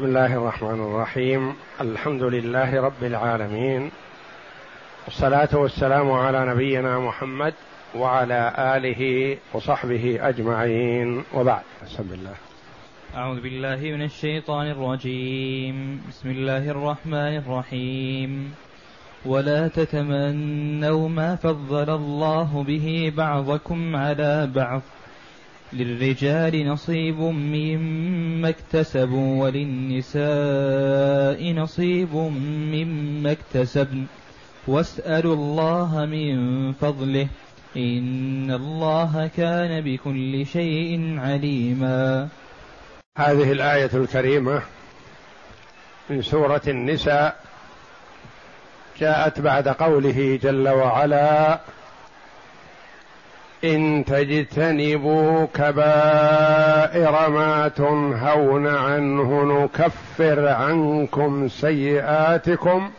بسم الله الرحمن الرحيم. الحمد لله رب العالمين، والصلاة والسلام على نبينا محمد وعلى آله وصحبه أجمعين، وبعد. بسم الله. أعوذ بالله من الشيطان الرجيم. بسم الله الرحمن الرحيم. ولا تتمنوا ما فضل الله به بعضكم على بعض، للرجال نصيب مما اكتسبوا وللنساء نصيب مما اكتسبن، واسألوا الله من فضله إن الله كان بكل شيء عليما. هذه الآية الكريمة من سورة النساء جاءت بعد قوله جل وعلا: إن تجتنبوا كبائر ما تنهون عنه نكفر عنكم سيئاتكم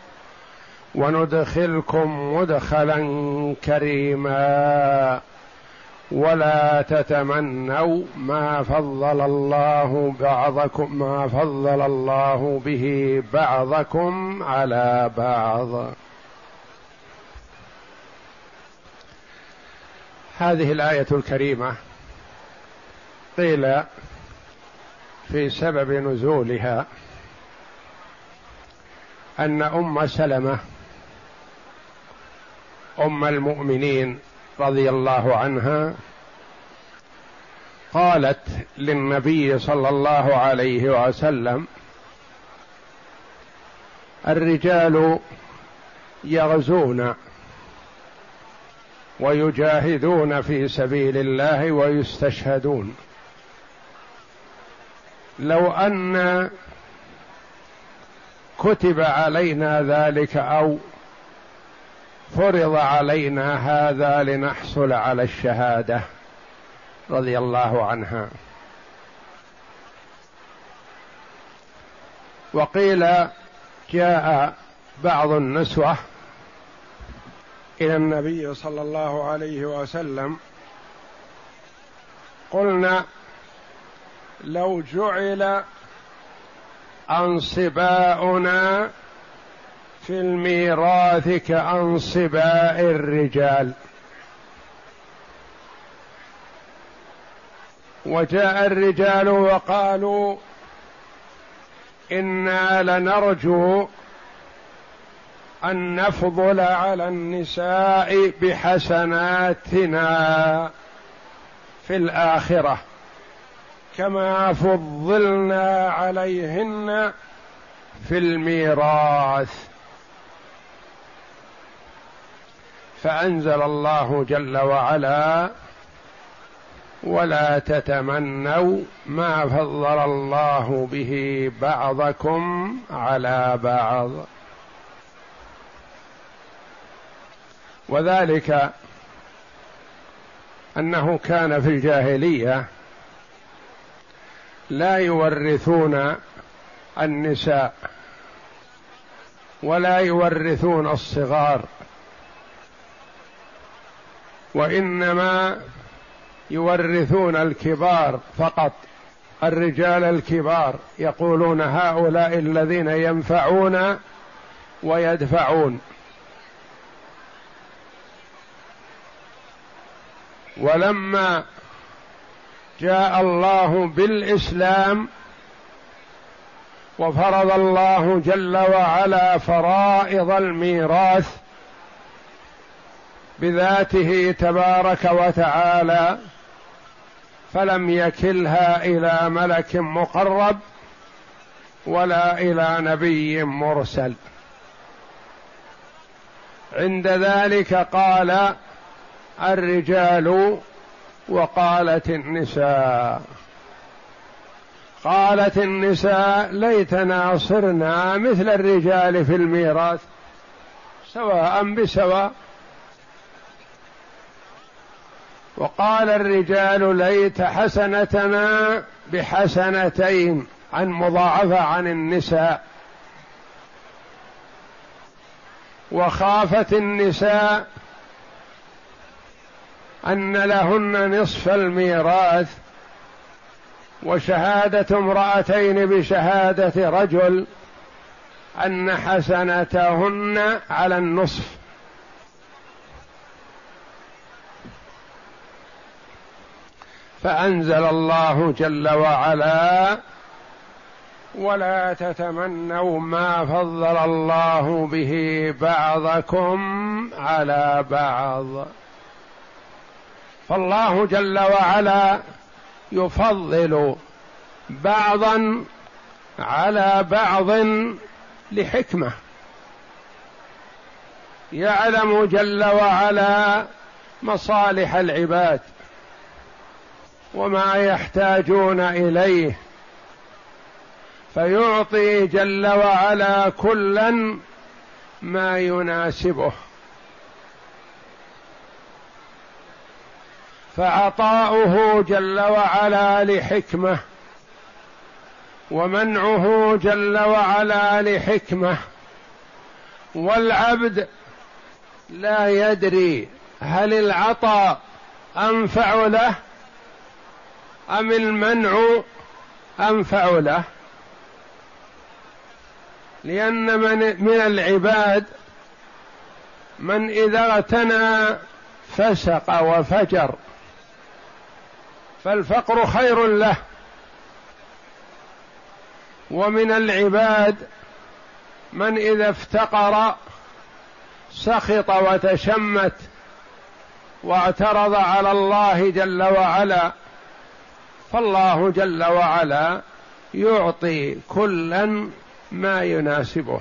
وندخلكم مدخلا كريما ولا تتمنوا ما فضل الله به بعضكم على بعض. هذه الآية الكريمة قيل في سبب نزولها أن أم سلمة أم المؤمنين رضي الله عنها قالت للنبي صلى الله عليه وسلم: الرجال يغزون ويجاهدون في سبيل الله ويستشهدون، لو أن كتب علينا ذلك أو فرض علينا هذا لنحصل على الشهادة. رضي الله عنها. وقيل جاء بعض النسوة إلى النبي صلى الله عليه وسلم قلنا: لو جعل أنصباؤنا في الميراث كأنصباء الرجال. وجاء الرجال وقالوا: إنا لنرجو أن نفضل على النساء بحسناتنا في الآخرة كما فضلنا عليهن في الميراث. فأنزل الله جل وعلا: ولا تتمنوا ما فضل الله به بعضكم على بعض. وذلك أنه كان في الجاهلية لا يورثون النساء ولا يورثون الصغار، وإنما يورثون الكبار فقط، الرجال الكبار، يقولون: هؤلاء الذين ينفعون ويدفعون. ولما جاء الله بالإسلام وفرض الله جل وعلا فرائض الميراث بذاته تبارك وتعالى، فلم يكلها إلى ملك مقرب ولا إلى نبي مرسل. عند ذلك قال الرجال وقالت النساء. قالت النساء: ليتنا صرنا مثل الرجال في الميراث سواء بسواء. وقال الرجال: ليت حسنتنا بحسنتين، عن مضاعفة عن النساء. وخافت النساء أن لهن نصف الميراث وشهادة امرأتين بشهادة رجل أن حسنتهن على النصف، فأنزل الله جل وعلا: ولا تتمنوا ما فضل الله به بعضكم على بعض. فالله جل وعلا يفضل بعضا على بعض لحكمة، يعلم جل وعلا مصالح العباد وما يحتاجون إليه، فيعطي جل وعلا كلا ما يناسبه. فعطاؤه جل وعلا لحكمة، ومنعه جل وعلا لحكمة، والعبد لا يدري هل العطاء أنفع له أم المنع أنفع له، لأن من العباد من إذا اغتنى فسق وفجر، فالفقر خير له، ومن العباد من إذا افتقر سخط وتشمت واعترض على الله جل وعلا. فالله جل وعلا يعطي كلا ما يناسبه،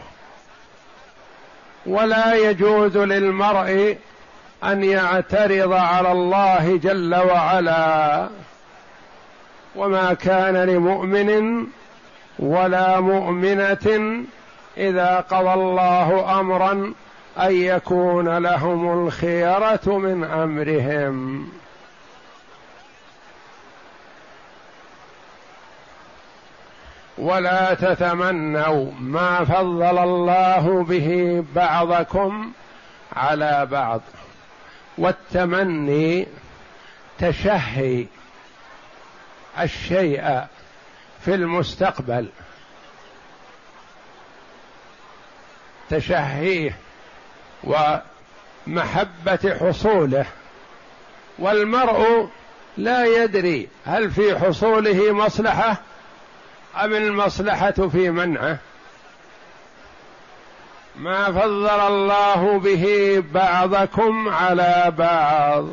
ولا يجوز للمرء أن يعترض على الله جل وعلا. وما كان لمؤمن ولا مؤمنة إذا قضى الله أمرا أن يكون لهم الخيرة من أمرهم. ولا تتمنوا ما فضل الله به بعضكم على بعض. والتمني تشهي الشيء في المستقبل، تشهيه ومحبة حصوله، والمرء لا يدري هل في حصوله مصلحة أم المصلحة في منعه. ما فضل الله به بعضكم على بعض.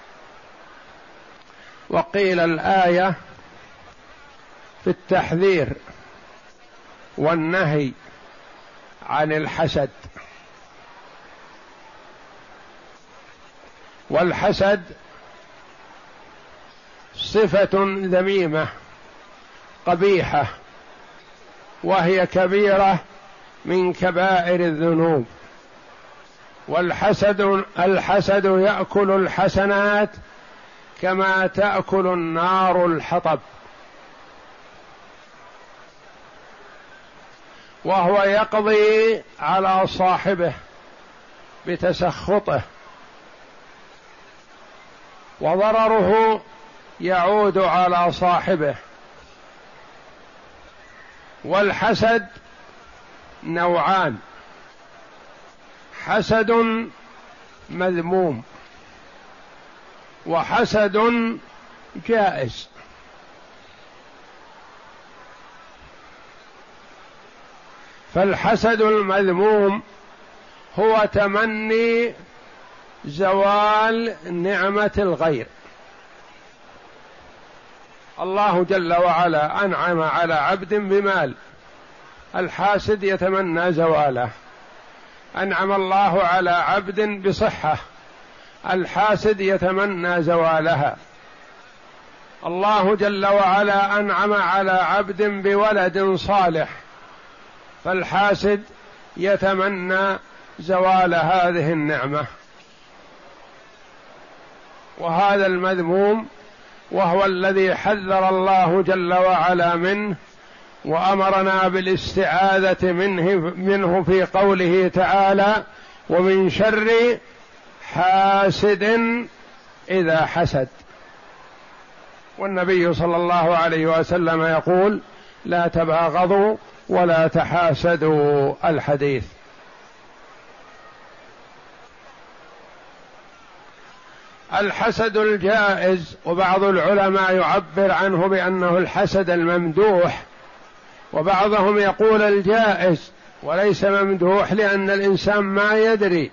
وقيل الآية في التحذير والنهي عن الحسد. والحسد صفة ذميمة قبيحة، وهي كبيرة من كبائر الذنوب. الحسد يأكل الحسنات كما تأكل النار الحطب، وهو يقضي على صاحبه بتسخطه، وضرره يعود على صاحبه. والحسد نوعان: حسد مذموم وحسد جائز. فالحسد المذموم هو تمني زوال نعمة الغير. الله جل وعلا أنعم على عبد بمال، الحاسد يتمنى زواله. أنعم الله على عبد بصحة، الحاسد يتمنى زوالها. الله جل وعلا أنعم على عبد بولد صالح، فالحاسد يتمنى زوال هذه النعمة. وهذا المذموم، وهو الذي حذر الله جل وعلا منه وأمرنا بالاستعاذة منه في قوله تعالى: ومن شر حاسد إذا حسد. والنبي صلى الله عليه وسلم يقول: لا تباغضوا ولا تحاسدوا. الحديث. الحسد الجائز، وبعض العلماء يعبر عنه بأنه الحسد الممدوح، وبعضهم يقول الجائز وليس ممدوح، لأن الإنسان ما يدري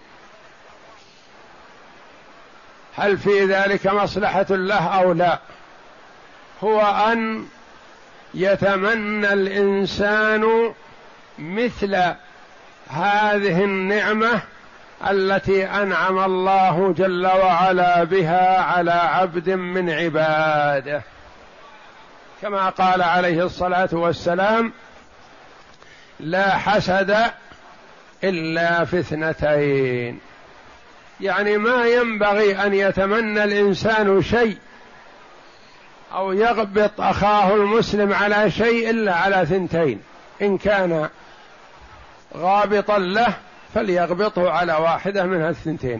هل في ذلك مصلحة له أو لا. هو أن يتمنى الإنسان مثل هذه النعمة التي أنعم الله جل وعلا بها على عبد من عباده، كما قال عليه الصلاة والسلام: لا حسد إلا في اثنتين. يعني ما ينبغي أن يتمنى الإنسان شيء أو يغبط أخاه المسلم على شيء إلا على ثنتين: إن كان غابطا له فليغبطه على واحدة من الثنتين: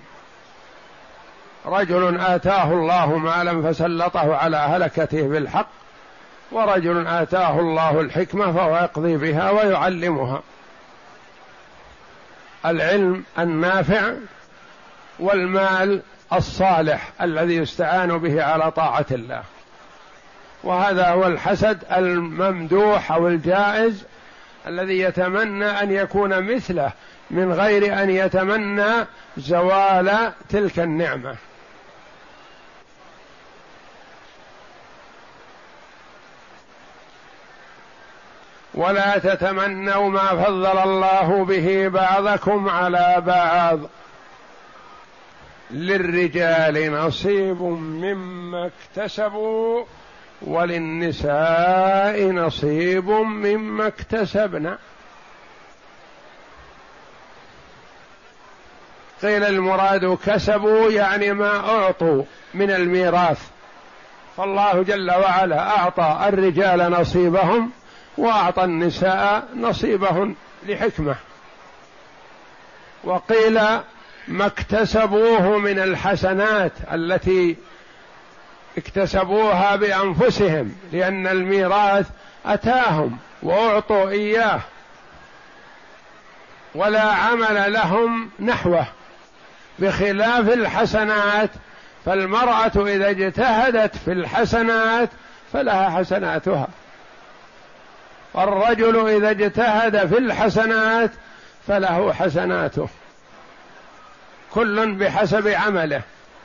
رجل آتاه الله مالا فسلطه على هلكته بالحق، ورجل آتاه الله الحكمة فهو يقضي بها ويعلمها. العلم النافع والمال الصالح الذي يستعان به على طاعة الله. وهذا هو الحسد الممدوح أو الجائز الذي يتمنى أن يكون مثله من غير أن يتمنى زوال تلك النعمة. ولا تتمنوا ما فضل الله به بعضكم على بعض، للرجال نصيب مما اكتسبوا وللنساء نصيب مما اكتسبن. قيل المراد كسبوا يعني ما أعطوا من الميراث، فالله جل وعلا أعطى الرجال نصيبهم وأعطى النساء نصيبهن لحكمة. وقيل ما اكتسبوه من الحسنات التي اكتسبوها بأنفسهم، لأن الميراث أتاهم وأعطوا إياه ولا عمل لهم نحوه، بخلاف الحسنات فالمرأة إذا اجتهدت في الحسنات فلها حسناتها، والرجل إذا اجتهد في الحسنات فله حسناته، كل بحسب عمله.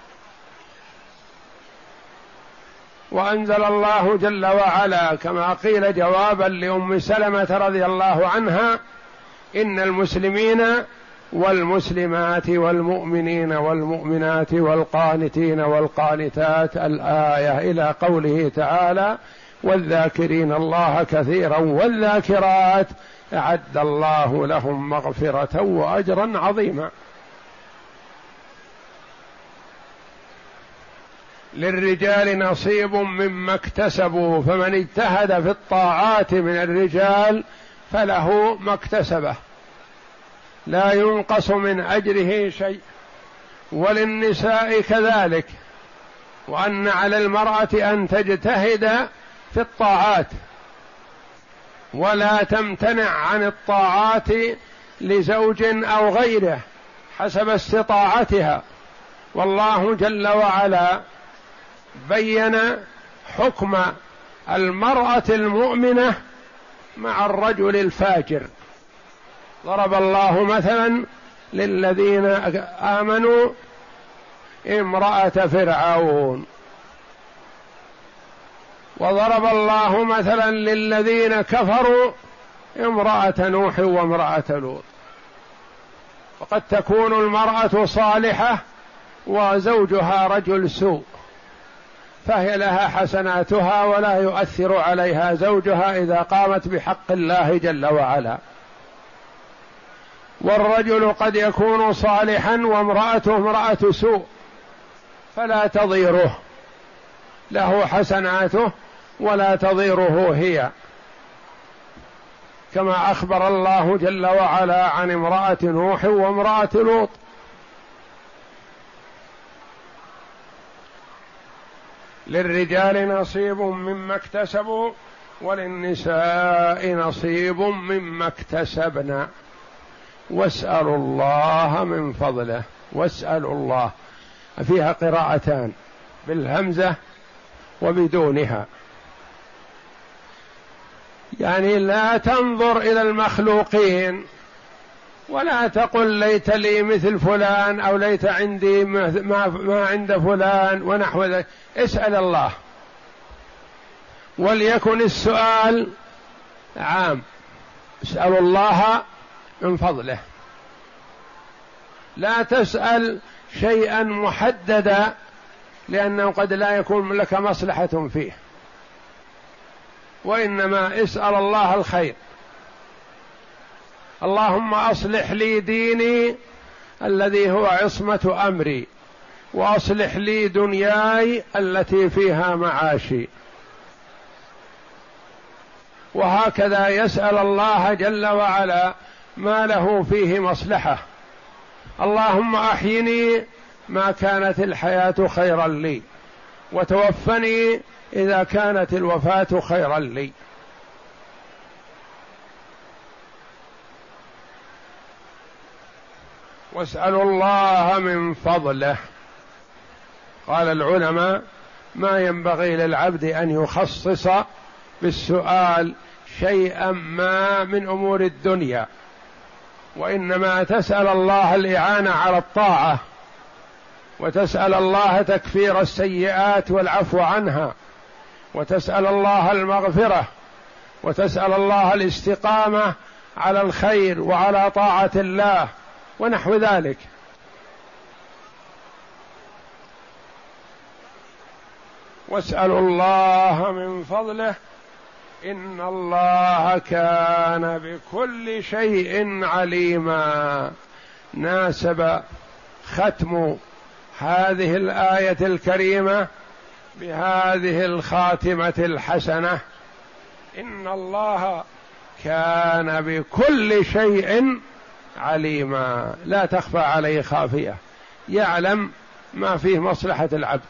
وأنزل الله جل وعلا كما قيل جوابا لأم سلمة رضي الله عنها: إن المسلمين والمسلمات والمؤمنين والمؤمنات والقانتين والقانتات، الآية إلى قوله تعالى: والذاكرين الله كثيرا والذاكرات أعد الله لهم مغفرة وأجرا عظيما. للرجال نصيب مما اكتسبوا، فمن اجتهد في الطاعات من الرجال فله ما اكتسبه لا ينقص من أجره شيء، وللنساء كذلك، وأن على المرأة أن تجتهد في الطاعات ولا تمتنع عن الطاعات لزوج أو غيره حسب استطاعتها. والله جل وعلا بين حكم المرأة المؤمنة مع الرجل الفاجر. ضرب الله مثلا للذين آمنوا امرأة فرعون، وضرب الله مثلا للذين كفروا امرأة نوح وامرأة لوط. وقد تكون المرأة صالحة وزوجها رجل سوء، فهي لها حسناتها ولا يؤثر عليها زوجها إذا قامت بحق الله جل وعلا. والرجل قد يكون صالحا وامرأته امرأة سوء فلا تضيره، له حسناته ولا تضيره هي، كما أخبر الله جل وعلا عن امرأة نوح وامرأة لوط. للرجال نصيب مما اكتسبوا وللنساء نصيب مما اكتسبن واسألوا الله من فضله. واسألوا الله فيها قراءتان بالهمزة وبدونها، يعني لا تنظر إلى المخلوقين ولا تقل ليت لي مثل فلان أو ليت عندي ما عند فلان ونحو ذلك. اسأل الله، وليكن السؤال عام، اسألوا الله من فضله، لا تسأل شيئا محددا لأنه قد لا يكون لك مصلحة فيه، وإنما اسأل الله الخير. اللهم أصلح لي ديني الذي هو عصمة أمري، وأصلح لي دنياي التي فيها معاشي. وهكذا يسأل الله جل وعلا ما له فيه مصلحة. اللهم أحيني ما كانت الحياة خيرا لي، وتوفني إذا كانت الوفاة خيرا لي. واسألوا الله من فضله. قال العلماء ما ينبغي للعبد أن يخصص بالسؤال شيئا ما من أمور الدنيا، وإنما تسأل الله الإعانة على الطاعة، وتسأل الله تكفير السيئات والعفو عنها، وتسأل الله المغفرة، وتسأل الله الاستقامة على الخير وعلى طاعة الله ونحو ذلك. واسألوا الله من فضله إن الله كان بكل شيء عليما. ناسب ختم هذه الآية الكريمة بهذه الخاتمة الحسنة: إن الله كان بكل شيء عليما، لا تخفى عليه خافية، يعلم ما فيه مصلحة العبد.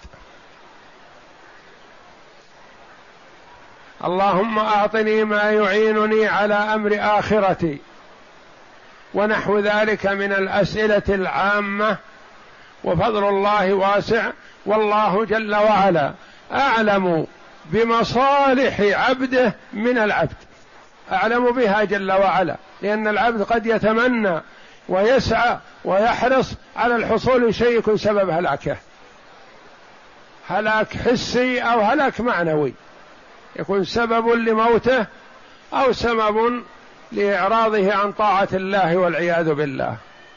اللهم أعطني ما يعينني على أمر آخرتي، ونحو ذلك من الأسئلة العامة. وفضل الله واسع، والله جل وعلا أعلم بمصالح عبده من العبد، أعلم بها جل وعلا، لأن العبد قد يتمنى ويسعى ويحرص على الحصول شيء يكون سبب هلاكه، هلاك حسي أو هلاك معنوي، يكون سبب لموته أو سبب لإعراضه عن طاعة الله والعياذ بالله.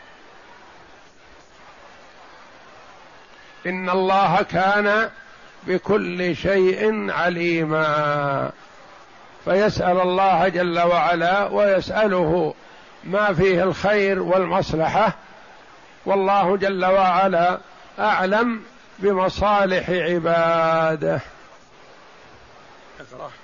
إن الله كان بكل شيء عليما، فيسأل الله جل وعلا ويسأله ما فيه الخير والمصلحة، والله جل وعلا أعلم بمصالح عباده. اقرأ.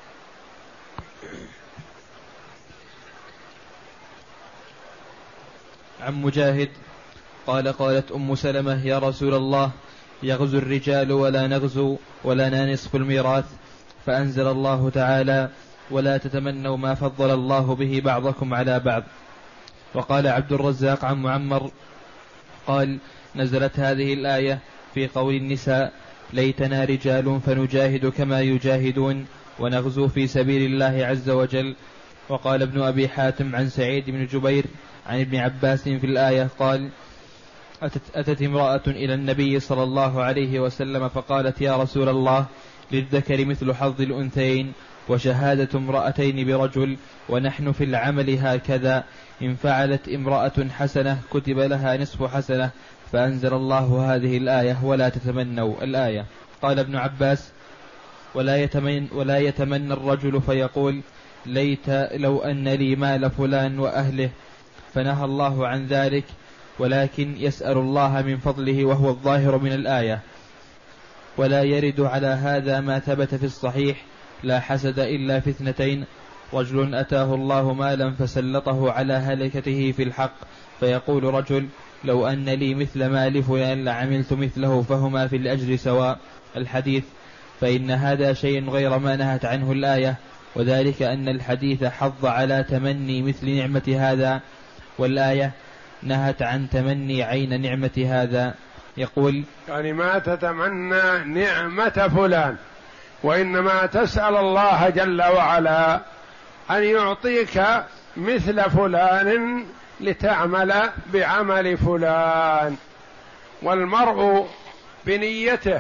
عن مجاهد قال: قالت أم سلمة: يا رسول الله، يغزو الرجال ولا نغزو ولنا نصف الميراث، فأنزل الله تعالى: ولا تتمنوا ما فضل الله به بعضكم على بعض. وقال عبد الرزاق عن معمر قال: نزلت هذه الآية في قول النساء: ليتنا رجال فنجاهد كما يجاهدون ونغزو في سبيل الله عز وجل. وقال ابن أبي حاتم عن سعيد بن جبير عن ابن عباس في الآية قال: أتت امرأة إلى النبي صلى الله عليه وسلم فقالت: يا رسول الله، للذكر مثل حظ الأنثيين، وشهادة امرأتين برجل، ونحن في العمل هكذا، إن فعلت امرأة حسنة كتب لها نصف حسنة، فأنزل الله هذه الآية: ولا تتمنوا الآية. قال ابن عباس: ولا يتمنى الرجل فيقول: ليت لو أن لي مال فلان وأهله، فنهى الله عن ذلك، ولكن يسأل الله من فضله، وهو الظاهر من الآية. ولا يرد على هذا ما ثبت في الصحيح: لا حسد إلا في اثنتين: رجل أتاه الله مالا فسلطه على هلكته في الحق، فيقول رجل: لو أن لي مثل مال فلان لعملت مثله، فهما في الأجر سواء. الحديث. فإن هذا شيء غير ما نهت عنه الآية، وذلك أن الحديث حض على تمني مثل نعمة هذا، والآية نهت عن تمني عين نعمة هذا. يقول يعني ما تتمنى نعمة فلان، وإنما تسأل الله جل وعلا أن يعطيك مثل فلان لتعمل بعمل فلان. والمرء بنيته،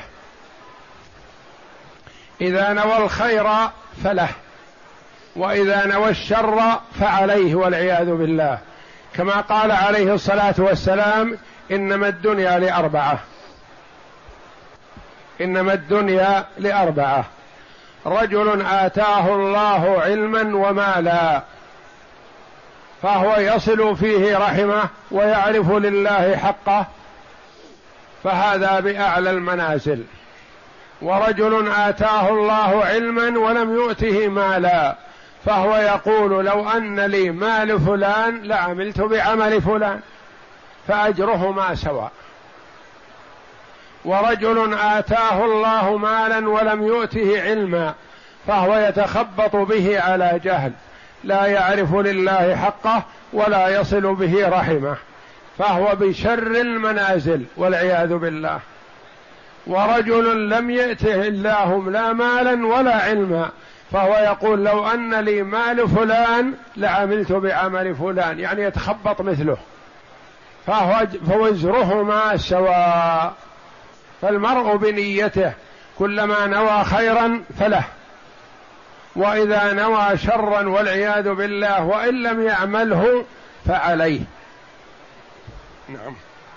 إذا نوى الخير فله، وإذا نوى الشر فعليه والعياذ بالله، كما قال عليه الصلاة والسلام: إنما الدنيا لأربعة، إنما الدنيا لأربعة: رجل آتاه الله علما ومالا فهو يصل فيه رحمه ويعرف لله حقه، فهذا بأعلى المنازل. ورجل آتاه الله علما ولم يؤته مالا فهو يقول: لو أن لي مال فلان لعملت بعمل فلان، فأجرهما سواء. ورجل آتاه الله مالا ولم يؤته علما فهو يتخبط به على جهل، لا يعرف لله حقه ولا يصل به رحمه، فهو بشر المنازل والعياذ بالله. ورجل لم يأته الله لا مالا ولا علما فهو يقول: لو أن لي مال فلان لعملت بعمل فلان، يعني يتخبط مثله، فوزرهما سواء. فالمرء بنيته، كلما نوى خيرا فله، وإذا نوى شرا والعياذ بالله وإن لم يعمله فعليه. نعم.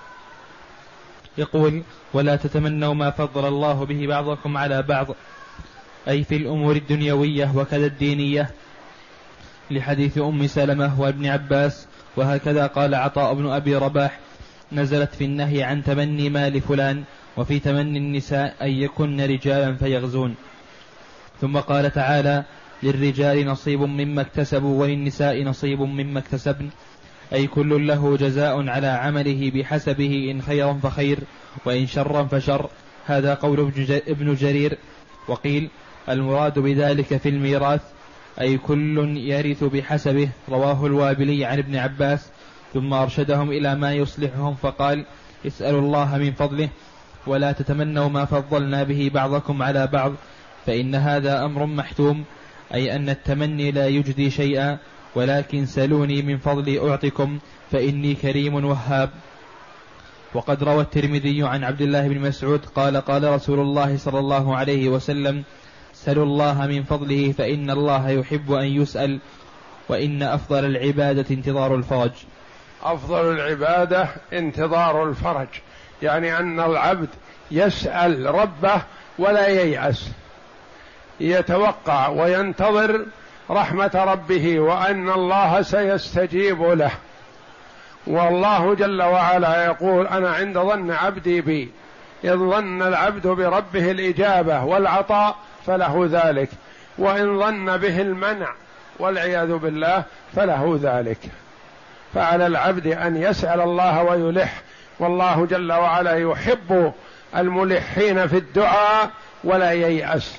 يقول: ولا تتمنوا ما فضل الله به بعضكم على بعض، أي في الأمور الدنيوية وكذا الدينية، لحديث أم سلمة وابن عباس. وهكذا قال عطاء بن أبي رباح: نزلت في النهي عن تمني مال فلان، وفي تمني النساء أن يكن رجالا فيغزون. ثم قال تعالى: للرجال نصيب مما اكتسبوا وللنساء نصيب مما اكتسبن، أي كل له جزاء على عمله بحسبه، إن خيرا فخير وإن شرا فشر. هذا قول ابن جرير. وقيل: المراد بذلك في الميراث، أي كل يرث بحسبه. رواه الوابلي عن ابن عباس. ثم أرشدهم إلى ما يصلحهم فقال: اسألوا الله من فضله، ولا تتمنوا ما فضلنا به بعضكم على بعض، فإن هذا أمر محتوم، أي أن التمني لا يجدي شيئا، ولكن سلوني من فضلي أعطكم، فإني كريم وهاب. وقد روى الترمذي عن عبد الله بن مسعود قال: قال رسول الله صلى الله عليه وسلم: سلوا الله من فضله فإن الله يحب أن يسأل، وإن أفضل العبادة انتظار الفرج. أفضل العبادة انتظار الفرج، يعني أن العبد يسأل ربه ولا ييأس، يتوقع وينتظر رحمة ربه وأن الله سيستجيب له. والله جل وعلا يقول: أنا عند ظن عبدي بي، إذ ظن العبد بربه الإجابة والعطاء فله ذلك، وإن ظن به المنع والعياذ بالله فله ذلك. فعلى العبد أن يسأل الله ويلح، والله جل وعلا يحب الملحين في الدعاء ولا ييأس،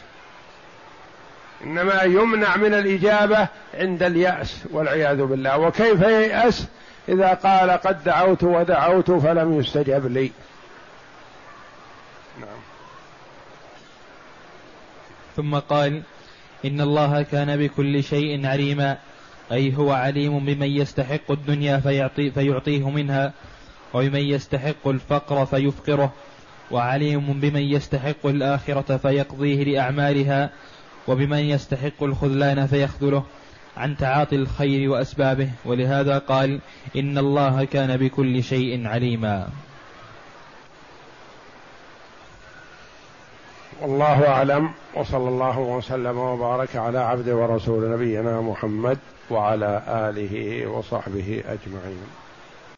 إنما يمنع من الإجابة عند اليأس والعياذ بالله. وكيف ييأس إذا قال: قد دعوت ودعوت فلم يستجب لي. نعم. ثم قال: إن الله كان بكل شيء عليما، أي هو عليم بمن يستحق الدنيا فيعطيه منها، وبمن يستحق الفقر فيفقره، وعليم بمن يستحق الآخرة فيقضيه لأعمالها، وبمن يستحق الخذلان فيخذله عن تعاطي الخير وأسبابه. ولهذا قال: إن الله كان بكل شيء عليما. والله أعلم، وصلى الله وسلم وبارك على عبده ورسول نبينا محمد وعلى آله وصحبه أجمعين.